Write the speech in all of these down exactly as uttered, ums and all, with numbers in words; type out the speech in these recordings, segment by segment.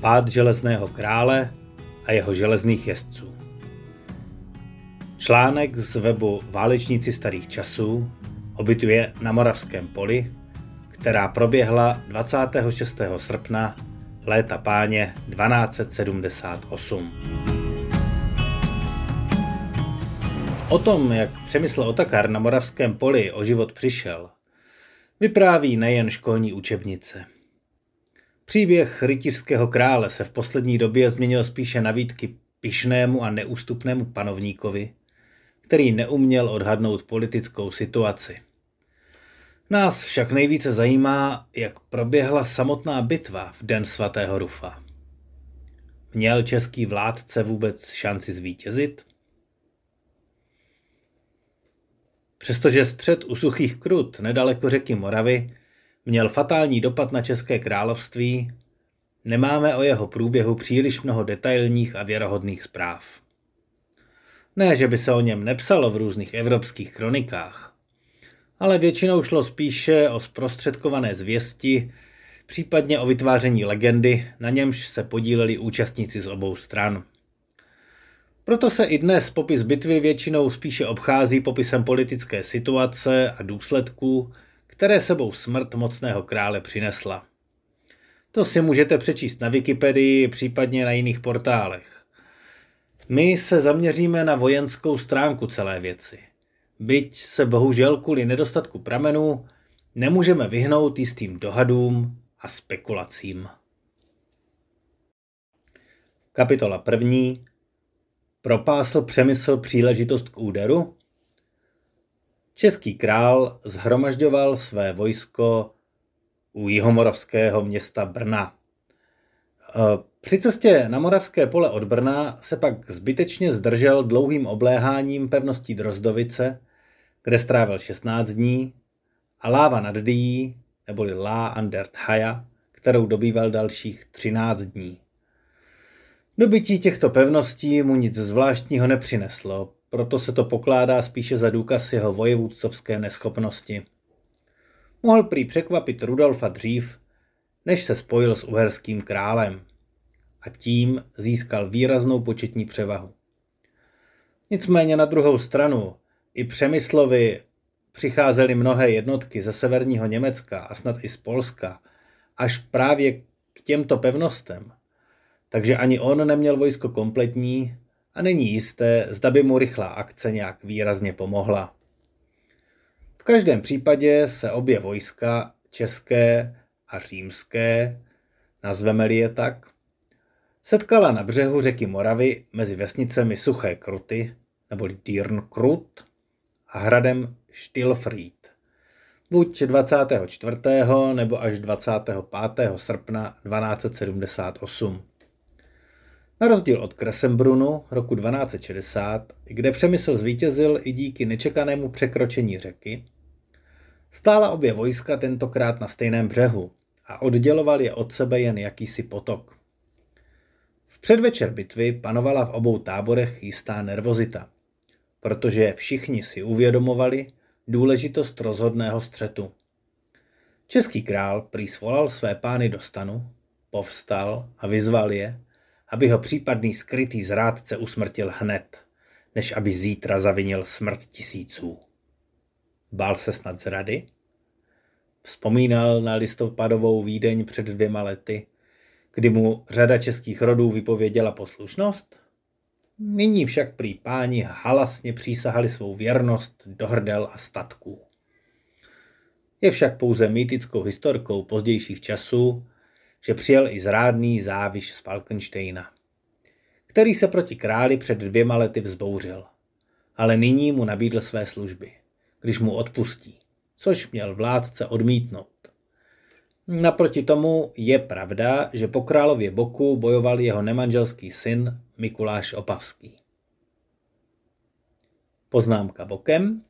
Pád železného krále a jeho železných jezdců. Článek z webu Válečníci starých časů o bitvě na Moravském poli, která proběhla dvacátého šestého srpna léta páně dvanáct set sedmdesát osm. O tom, jak Přemysl Otakar na Moravském poli o život přišel, vypráví nejen školní učebnice. Příběh rytířského krále se v poslední době změnil spíše na výtky pyšnému a neústupnému panovníkovi, který neuměl odhadnout politickou situaci. Nás však nejvíce zajímá, jak proběhla samotná bitva v den svatého Rufa. Měl český vládce vůbec šanci zvítězit? Přestože střet u Suchých Krut nedaleko řeky Moravy měl fatální dopad na České království, nemáme o jeho průběhu příliš mnoho detailních a věrohodných zpráv. Ne, že by se o něm nepsalo v různých evropských kronikách, ale většinou šlo spíše o zprostředkované zvěsti, případně o vytváření legendy, na němž se podíleli účastníci z obou stran. Proto se i dnes popis bitvy většinou spíše obchází popisem politické situace a důsledků, které sebou smrt mocného krále přinesla. To si můžete přečíst na Wikipedii, případně na jiných portálech. My se zaměříme na vojenskou stránku celé věci. Byť se bohužel kvůli nedostatku pramenů nemůžeme vyhnout jistým dohadům a spekulacím. Kapitola první. Propásl Přemysl příležitost k úderu? Český král shromažďoval své vojsko u jihomoravského města Brna. Při cestě na Moravské pole od Brna se pak zbytečně zdržel dlouhým obléháním pevností Drozdovice, kde strávil šestnáct dní, a Láva nad Dyjí, neboli Lá Andert Haja, kterou dobýval dalších třináct dní. Dobytí těchto pevností mu nic zvláštního nepřineslo, proto se to pokládá spíše za důkaz jeho vojevůdcovské neschopnosti. Mohl prý překvapit Rudolfa dřív, než se spojil s uherským králem, a tím získal výraznou početní převahu. Nicméně na druhou stranu i Přemyslovi přicházely mnohé jednotky ze severního Německa a snad i z Polska až právě k těmto pevnostem, takže ani on neměl vojsko kompletní a není jisté, zda by mu rychlá akce nějak výrazně pomohla. V každém případě se obě vojska, české a římské, nazveme-li je tak, setkala na břehu řeky Moravy mezi vesnicemi Suché Kruty, neboli Dýrnkrut, a hradem Stilfried, buď dvacátého čtvrtého nebo až dvacátého pátého srpna dvanáct set sedmdesát osm. Na rozdíl od Kresembrunu roku dvanáct set šedesát, kde Přemysl zvítězil i díky nečekanému překročení řeky, stála obě vojska tentokrát na stejném břehu a odděloval je od sebe jen jakýsi potok. V předvečer bitvy panovala v obou táborech jistá nervozita, protože všichni si uvědomovali důležitost rozhodného střetu. Český král prý svolal své pány do stanu, povstal a vyzval je, aby ho případný skrytý zrádce usmrtil hned, než aby zítra zavinil smrt tisíců. Bál se snad zrady? Vzpomínal na listopadovou Vídeň před dvěma lety, kdy mu řada českých rodů vypověděla poslušnost? Nyní však prý páni halasně přísahali svou věrnost do hrdel a statků. Je však pouze mýtickou historkou pozdějších časů, že přijel i zrádný Záviš z Falkensteina, který se proti králi před dvěma lety vzbouřil, ale nyní mu nabídl své služby, když mu odpustí, což měl vládce odmítnout. Naproti tomu je pravda, že po králově boku bojoval jeho nemanželský syn Mikuláš Opavský. Poznámka bokem.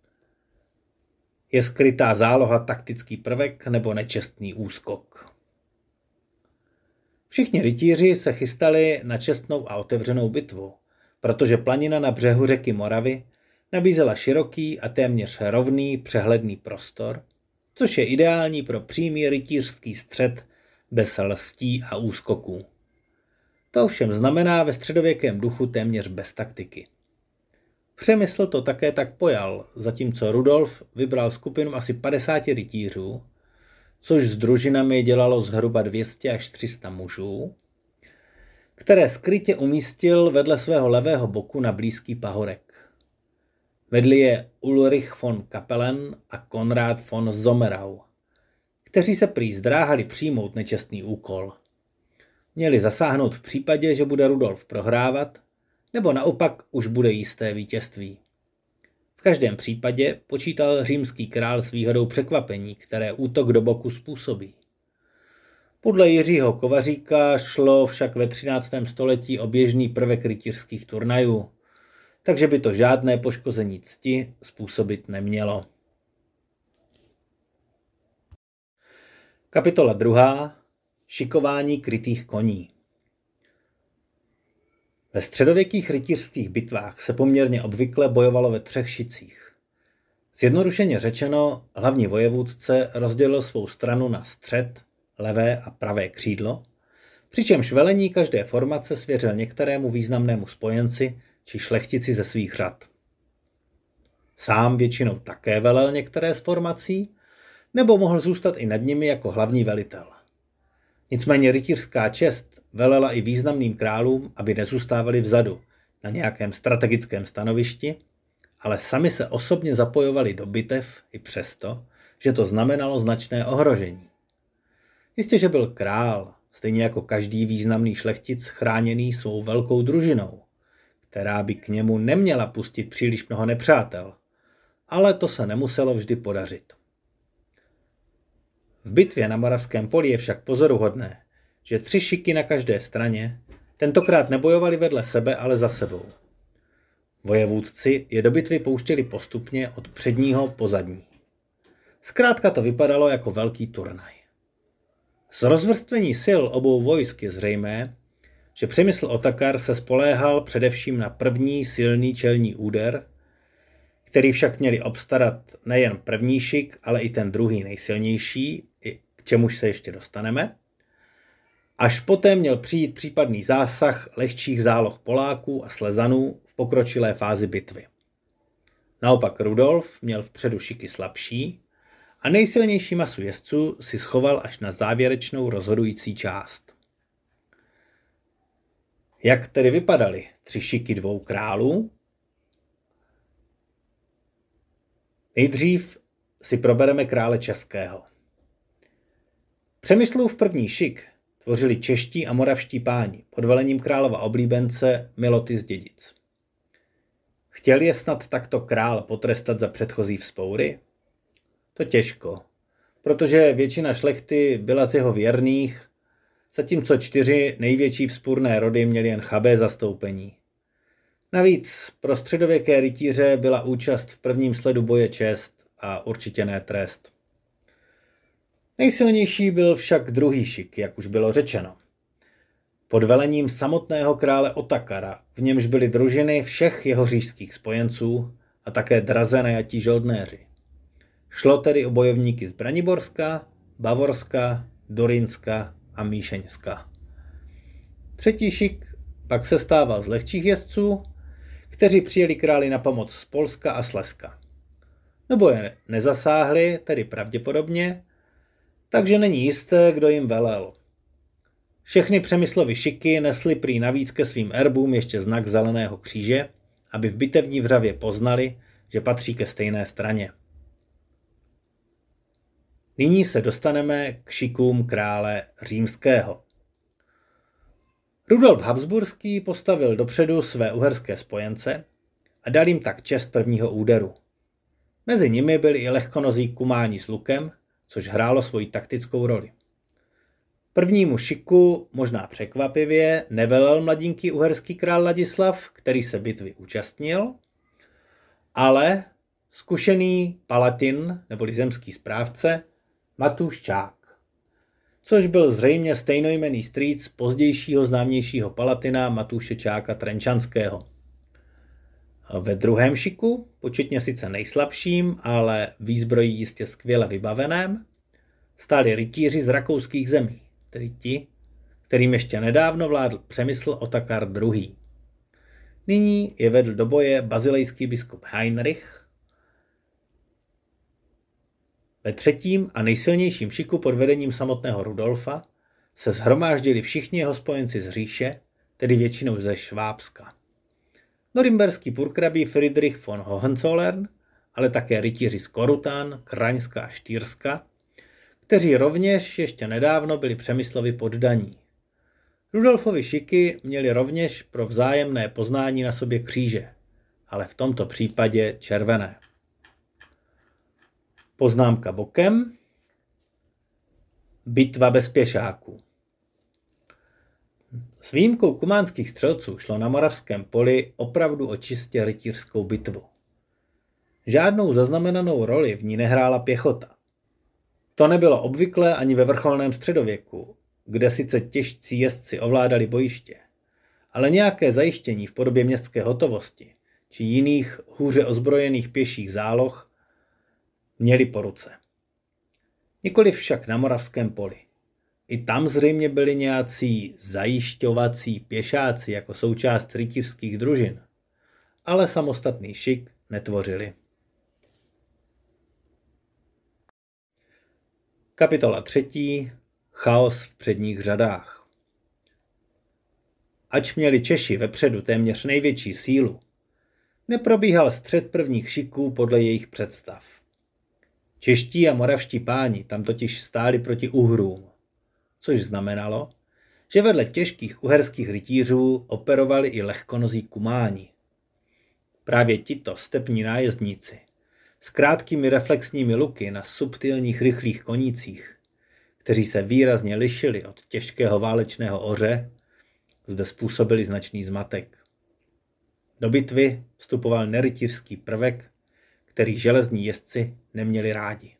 Je skrytá záloha taktický prvek nebo nečestný úskok? Všichni rytíři se chystali na čestnou a otevřenou bitvu, protože planina na břehu řeky Moravy nabízela široký a téměř rovný přehledný prostor, což je ideální pro přímý rytířský střet bez lstí a úskoků. To ovšem znamená ve středověkém duchu téměř bez taktiky. Přemysl to také tak pojal, zatímco Rudolf vybral skupinu asi padesáti rytířů, což s družinami dělalo zhruba dvě stě až tři sta mužů, které skrytě umístil vedle svého levého boku na blízký pahorek. Vedli je Ulrich von Kapellen a Konrad von Sommerau, kteří se prý zdráhali přijmout nečestný úkol. Měli zasáhnout v případě, že bude Rudolf prohrávat, nebo naopak už bude jisté vítězství. V každém případě počítal římský král s výhodou překvapení, které útok do boku způsobí. Podle Jiřího Kovaříka šlo však ve třináctém století o běžný prvek rytířských turnajů, takže by to žádné poškození cti způsobit nemělo. Kapitola druhá. Šikování krytých koní. Ve středověkých rytířských bitvách se poměrně obvykle bojovalo ve třech šicích. Zjednodušeně řečeno, hlavní vojevůdce rozdělil svou stranu na střed, levé a pravé křídlo, přičemž velení každé formace svěřil některému významnému spojenci či šlechtici ze svých řad. Sám většinou také velel některé z formací, nebo mohl zůstat i nad nimi jako hlavní velitel. Nicméně rytířská čest velela i významným králům, aby nezůstávali vzadu na nějakém strategickém stanovišti, ale sami se osobně zapojovali do bitev i přesto, že to znamenalo značné ohrožení. Jistě, že byl král, stejně jako každý významný šlechtic chráněný svou velkou družinou, která by k němu neměla pustit příliš mnoho nepřátel, ale to se nemuselo vždy podařit. V bitvě na Moravském poli je však pozoruhodné, že tři šiky na každé straně tentokrát nebojovali vedle sebe, ale za sebou. Vojevůdci je do bitvy pouštěli postupně od předního po zadní. Zkrátka to vypadalo jako velký turnaj. Z rozvrstvení sil obou vojsk je zřejmé, že Přemysl Otakar se spoléhal především na první silný čelní úder, který však měli obstarat nejen první šik, ale i ten druhý nejsilnější, k čemuž se ještě dostaneme. Až poté měl přijít případný zásah lehčích záloh Poláků a Slezanů v pokročilé fázi bitvy. Naopak Rudolf měl vpředu šiky slabší a nejsilnější masu jezdců si schoval až na závěrečnou rozhodující část. Jak tedy vypadaly tři šiky dvou králů? Nejdřív si probereme krále českého. Přemyslův první šik tvořili čeští a moravští páni pod velením králova oblíbence Miloty z Dědic. Chtěl je snad takto král potrestat za předchozí vzpoury? To těžko, protože většina šlechty byla z jeho věrných, zatímco čtyři největší vzpůrné rody měly jen chabé zastoupení. Navíc pro středověké rytíře byla účast v prvním sledu boje čest a určitě ne trest. Nejsilnější byl však druhý šik, jak už bylo řečeno. Pod velením samotného krále Otakara, v němž byly družiny všech jeho říšských spojenců a také draze najatí žoldnéři. Šlo tedy o bojovníky z Braniborska, Bavorska, Durynska a Míšeňska. Třetí šik pak sestával z lehčích jezdců, kteří přijeli králi na pomoc z Polska a Slezska. Nebo je nezasáhli, tedy pravděpodobně, takže není jisté, kdo jim velel. Všechny Přemyslovy šiky nesly prý navíc ke svým erbům ještě znak zeleného kříže, aby v bitevní vřavě poznali, že patří ke stejné straně. Nyní se dostaneme k šikům krále římského. Rudolf Habsburský postavil dopředu své uherské spojence a dal jim tak čest prvního úderu. Mezi nimi byli i lehkonozí kumáni s lukem, což hrálo svoji taktickou roli. Prvnímu šiku, možná překvapivě, nevelel mladinký uherský král Ladislav, který se bitvy účastnil, ale zkušený palatin, neboli zemský správce, Matúš Čák, což byl zřejmě stejnojmenný strýc pozdějšího známějšího palatina Matúše Čáka Trenčanského. Ve druhém šiku, početně sice nejslabším, ale výzbrojí jistě skvěle vybaveném, stáli rytíři z rakouských zemí, tedy ti, kterým ještě nedávno vládl Přemysl Otakar druhý. Nyní je vedl do boje bazilejský biskup Heinrich. Ve třetím a nejsilnějším šiku pod vedením samotného Rudolfa se shromáždili všichni jeho spojenci z říše, tedy většinou ze Švábska. Norimberský purkrabí Friedrich von Hohenzollern, ale také rytíři z Korutan, Kraňska a Štýrska, kteří rovněž ještě nedávno byli Přemyslovi poddaní. Rudolfovi šiky měli rovněž pro vzájemné poznání na sobě kříže, ale v tomto případě červené. Poznámka bokem. Bitva bez pěšáků. S výjimkou kumánských střelců šlo na Moravském poli opravdu o čistě rytířskou bitvu. Žádnou zaznamenanou roli v ní nehrála pěchota. To nebylo obvyklé ani ve vrcholném středověku, kde sice těžcí jezdci ovládali bojiště, ale nějaké zajištění v podobě městské hotovosti či jiných hůře ozbrojených pěších záloh měli po ruce. Nikoliv však na Moravském poli. I tam zřejmě byli nějací zajišťovací pěšáci jako součást rytířských družin, ale samostatný šik netvořili. Kapitola třetí. Chaos v předních řadách. Ač měli Češi vepředu téměř největší sílu, neprobíhal střet prvních šiků podle jejich představ. Čeští a moravští páni tam totiž stáli proti Uhrům, což znamenalo, že vedle těžkých uherských rytířů operovali i lehkonozí Kumáni. Právě tito stepní nájezdníci s krátkými reflexními luky na subtilních rychlých konících, kteří se výrazně lišili od těžkého válečného oře, zde způsobili značný zmatek. Do bitvy vstupoval nerytířský prvek, který železní jezdci neměli rádi.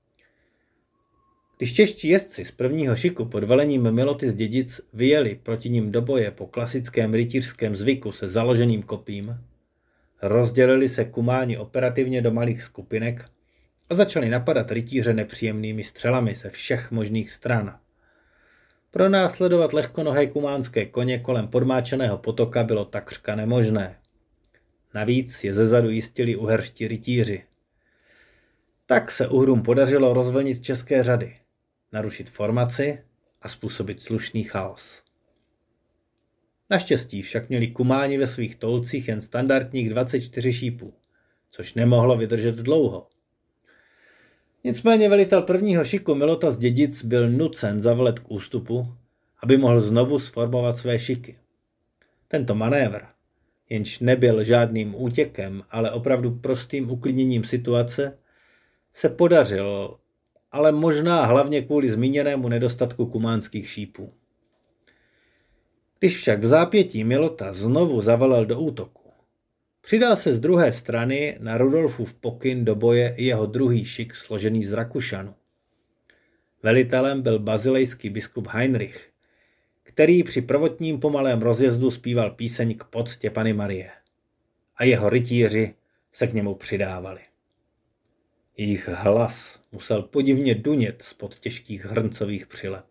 Když čeští jezdci z prvního šiku pod velením Miloty z Dědic vyjeli proti nim do boje po klasickém rytířském zvyku se založeným kopím, rozdělili se Kumáni operativně do malých skupinek a začali napadat rytíře nepříjemnými střelami ze všech možných stran. Pronásledovat lehkonohé kumánské koně kolem podmáčeného potoka bylo takřka nemožné. Navíc je zezadu jistili uherští rytíři. Tak se Uhrům podařilo rozvlnit české řady, narušit formaci a způsobit slušný chaos. Naštěstí však měli Kumáni ve svých toulcích jen standardních dvacet čtyři šípů, což nemohlo vydržet dlouho. Nicméně velitel prvního šiku Milota z Dědic byl nucen zavolet k ústupu, aby mohl znovu sformovat své šiky. Tento manévr, jenž nebyl žádným útěkem, ale opravdu prostým uklidněním situace, se podařil, ale možná hlavně kvůli zmíněnému nedostatku kumánských šípů. Když však v zápětí Milota znovu zavolal do útoku, přidal se z druhé strany na Rudolfův pokyn do boje i jeho druhý šik složený z Rakušanů. Velitelem byl bazilejský biskup Heinrich, který při prvotním pomalém rozjezdu zpíval píseň k poctě Panny Marie. A jeho rytíři se k němu přidávali. Jejich hlas musel podivně dunět spod těžkých hrncových přilep.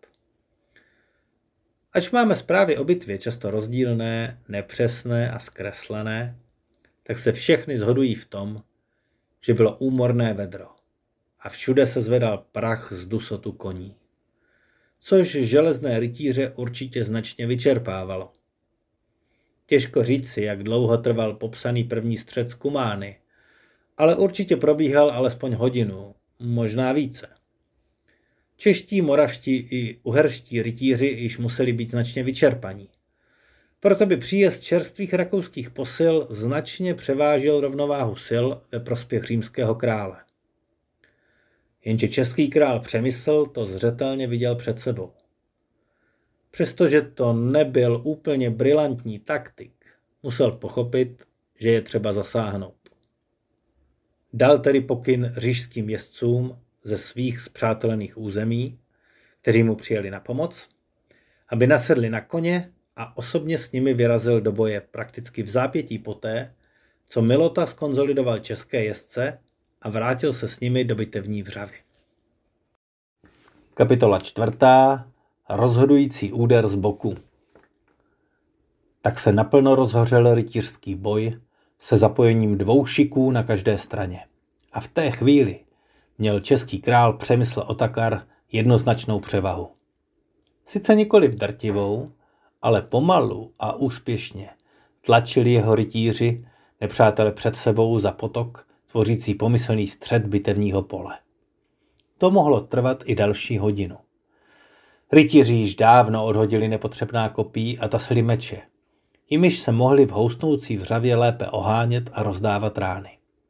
Ač máme zprávy o bitvě často rozdílné, nepřesné a zkreslené, tak se všechny shodují v tom, že bylo úmorné vedro a všude se zvedal prach z dusotu koní, což železné rytíře určitě značně vyčerpávalo. Těžko říci, jak dlouho trval popsaný první střet s Kumány, ale určitě probíhal alespoň hodinu, možná více. Čeští, moravští i uherští rytíři již museli být značně vyčerpaní. Proto by příjezd čerstvých rakouských posil značně převážil rovnováhu sil ve prospěch římského krále. Jenže český král Přemysl to zřetelně viděl před sebou. Přestože to nebyl úplně brilantní taktik, musel pochopit, že je třeba zasáhnout. Dal tedy pokyn říšským jezdcům ze svých spřátelených území, kteří mu přijeli na pomoc, aby nasedli na koně a osobně s nimi vyrazil do boje prakticky v zápětí poté, co Milota skonzolidoval české jezdce a vrátil se s nimi do bitevní Vřavy. Kapitola čtvrtá. rozhodující úder z boku. Tak se naplno rozhořel rytířský boj se zapojením dvou šiků na každé straně. A v té chvíli měl český král Přemysl Otakar jednoznačnou převahu. Sice nikoliv drtivou, ale pomalu a úspěšně tlačili jeho rytíři nepřátele před sebou za potok, tvořící pomyslný střed bitevního pole. To mohlo trvat i další hodinu. Rytíři již dávno odhodili nepotřebná kopí a tasili meče, jimiž se mohli v houstnoucí vřavě lépe ohánět a rozdávat rány.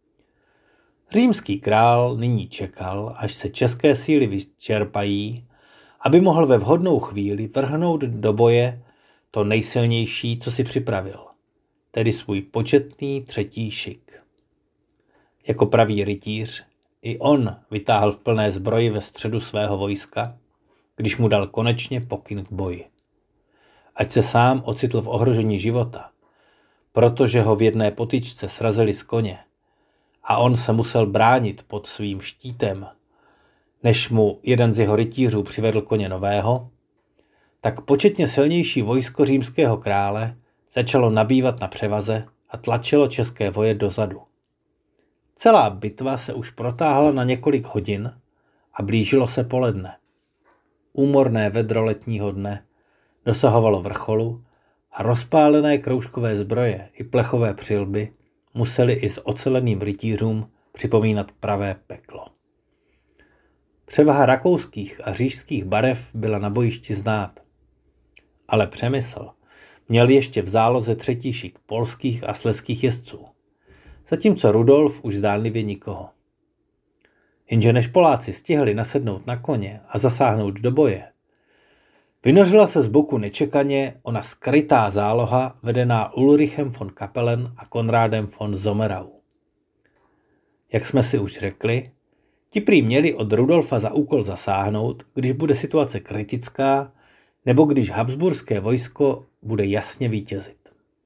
Římský král nyní čekal, až se české síly vyčerpají, aby mohl ve vhodnou chvíli vrhnout do boje to nejsilnější, co si připravil, tedy svůj početný třetí šik. Jako pravý rytíř i on vytáhl v plné zbroji ve středu svého vojska, když mu dal konečně pokyn k boji. Ať se sám ocitl v ohrožení života, protože ho v jedné potyčce srazili z koně a on se musel bránit pod svým štítem, než mu jeden z jeho rytířů přivedl koně nového, tak početně silnější vojsko římského krále začalo nabývat na převaze a tlačilo české voje dozadu. Celá bitva se už protáhla na několik hodin a blížilo se poledne. Úmorné vedro letního dne dosahovalo vrcholu a rozpálené kroužkové zbroje i plechové přilby museli i s oceleným rytířům připomínat pravé peklo. Převaha rakouských a říšských barev byla na bojišti znát, ale Přemysl měl ještě v záloze třetí šik polských a slezských jezdců, zatímco Rudolf už zdánlivě nikoho. Jenže než Poláci stihli nasednout na koně a zasáhnout do boje, vynořila se z boku nečekaně ona skrytá záloha vedená Ulrichem von Kapellen a Konrádem von Sommerau. Jak jsme si už řekli, ti prý měli od Rudolfa za úkol zasáhnout, když bude situace kritická nebo když habsburské vojsko bude jasně vítězit.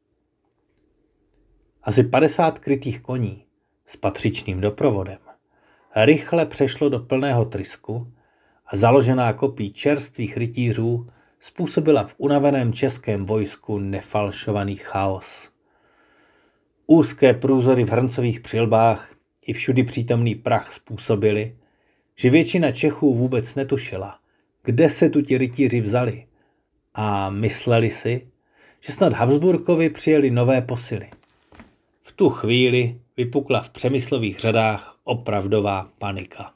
Asi padesát krytých koní s patřičným doprovodem rychle přešlo do plného trysku a založená kopí čerstvých rytířů způsobila v unaveném českém vojsku nefalšovaný chaos. Úzké průzory v hrncových přilbách i všudy přítomný prach způsobili, že většina Čechů vůbec netušila, kde se tu ti rytíři vzali, a mysleli si, že snad Habsburkovi přijeli nové posily. V tu chvíli vypukla v Přemyslových řadách opravdová panika.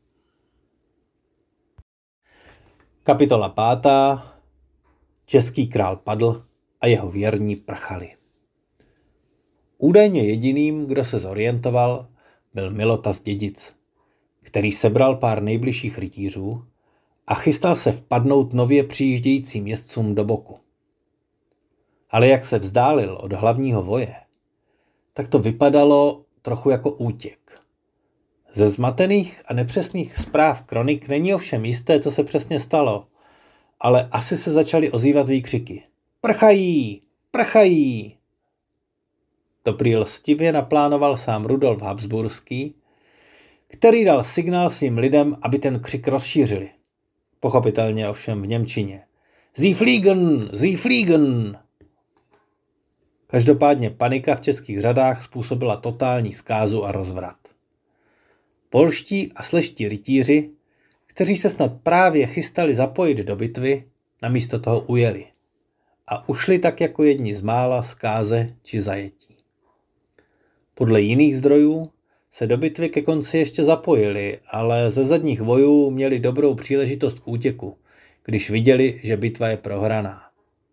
Kapitola pátá. Český král padl a jeho věrní prchali. Údajně jediným, kdo se zorientoval, byl Milotas Dědic, který sebral pár nejbližších rytířů a chystal se vpadnout nově přijíždějícím jezdcům do boku. Ale jak se vzdálil od hlavního voje, tak to vypadalo trochu jako útěk. Ze zmatených a nepřesných zpráv kronik není ovšem jisté, co se přesně stalo, ale asi se začaly ozývat výkřiky. Prchají! Prchají! To prý lstivě naplánoval sám Rudolf Habsburský, který dal signál svým lidem, aby ten křik rozšířili. Pochopitelně ovšem v němčině. Sie fliegen! Sie fliegen! Každopádně panika v českých řadách způsobila totální zkázu a rozvrat. Polští a sleští rytíři, kteří se snad právě chystali zapojit do bitvy, namísto toho ujeli a ušli tak jako jedni z mála zkáze či zajetí. Podle jiných zdrojů se do bitvy ke konci ještě zapojili, ale ze zadních vojů měli dobrou příležitost k útěku, když viděli, že bitva je prohraná.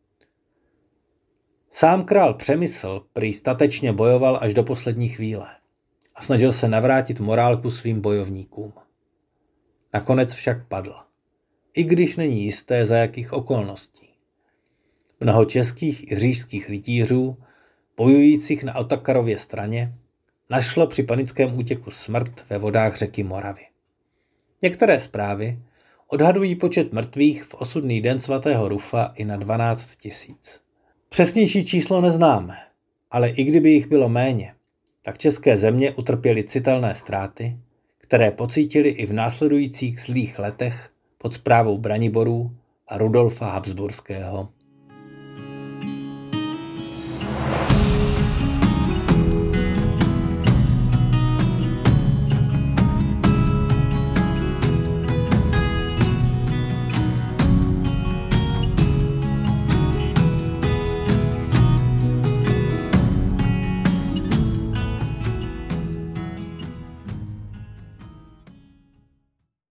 Sám král Přemysl prý statečně bojoval až do poslední chvíle a snažil se navrátit morálku svým bojovníkům. Nakonec však padl, i když není jisté za jakých okolností. Mnoho českých i říšských rytířů, bojujících na Otakarově straně, našlo při panickém útěku smrt ve vodách řeky Moravy. Některé zprávy odhadují počet mrtvých v osudný den svatého Rufa i na dvanáct tisíc. Přesnější číslo neznáme, ale i kdyby jich bylo méně, tak české země utrpěly citelné ztráty, které pocítili i v následujících zlých letech pod správou Braniborů a Rudolfa Habsburského.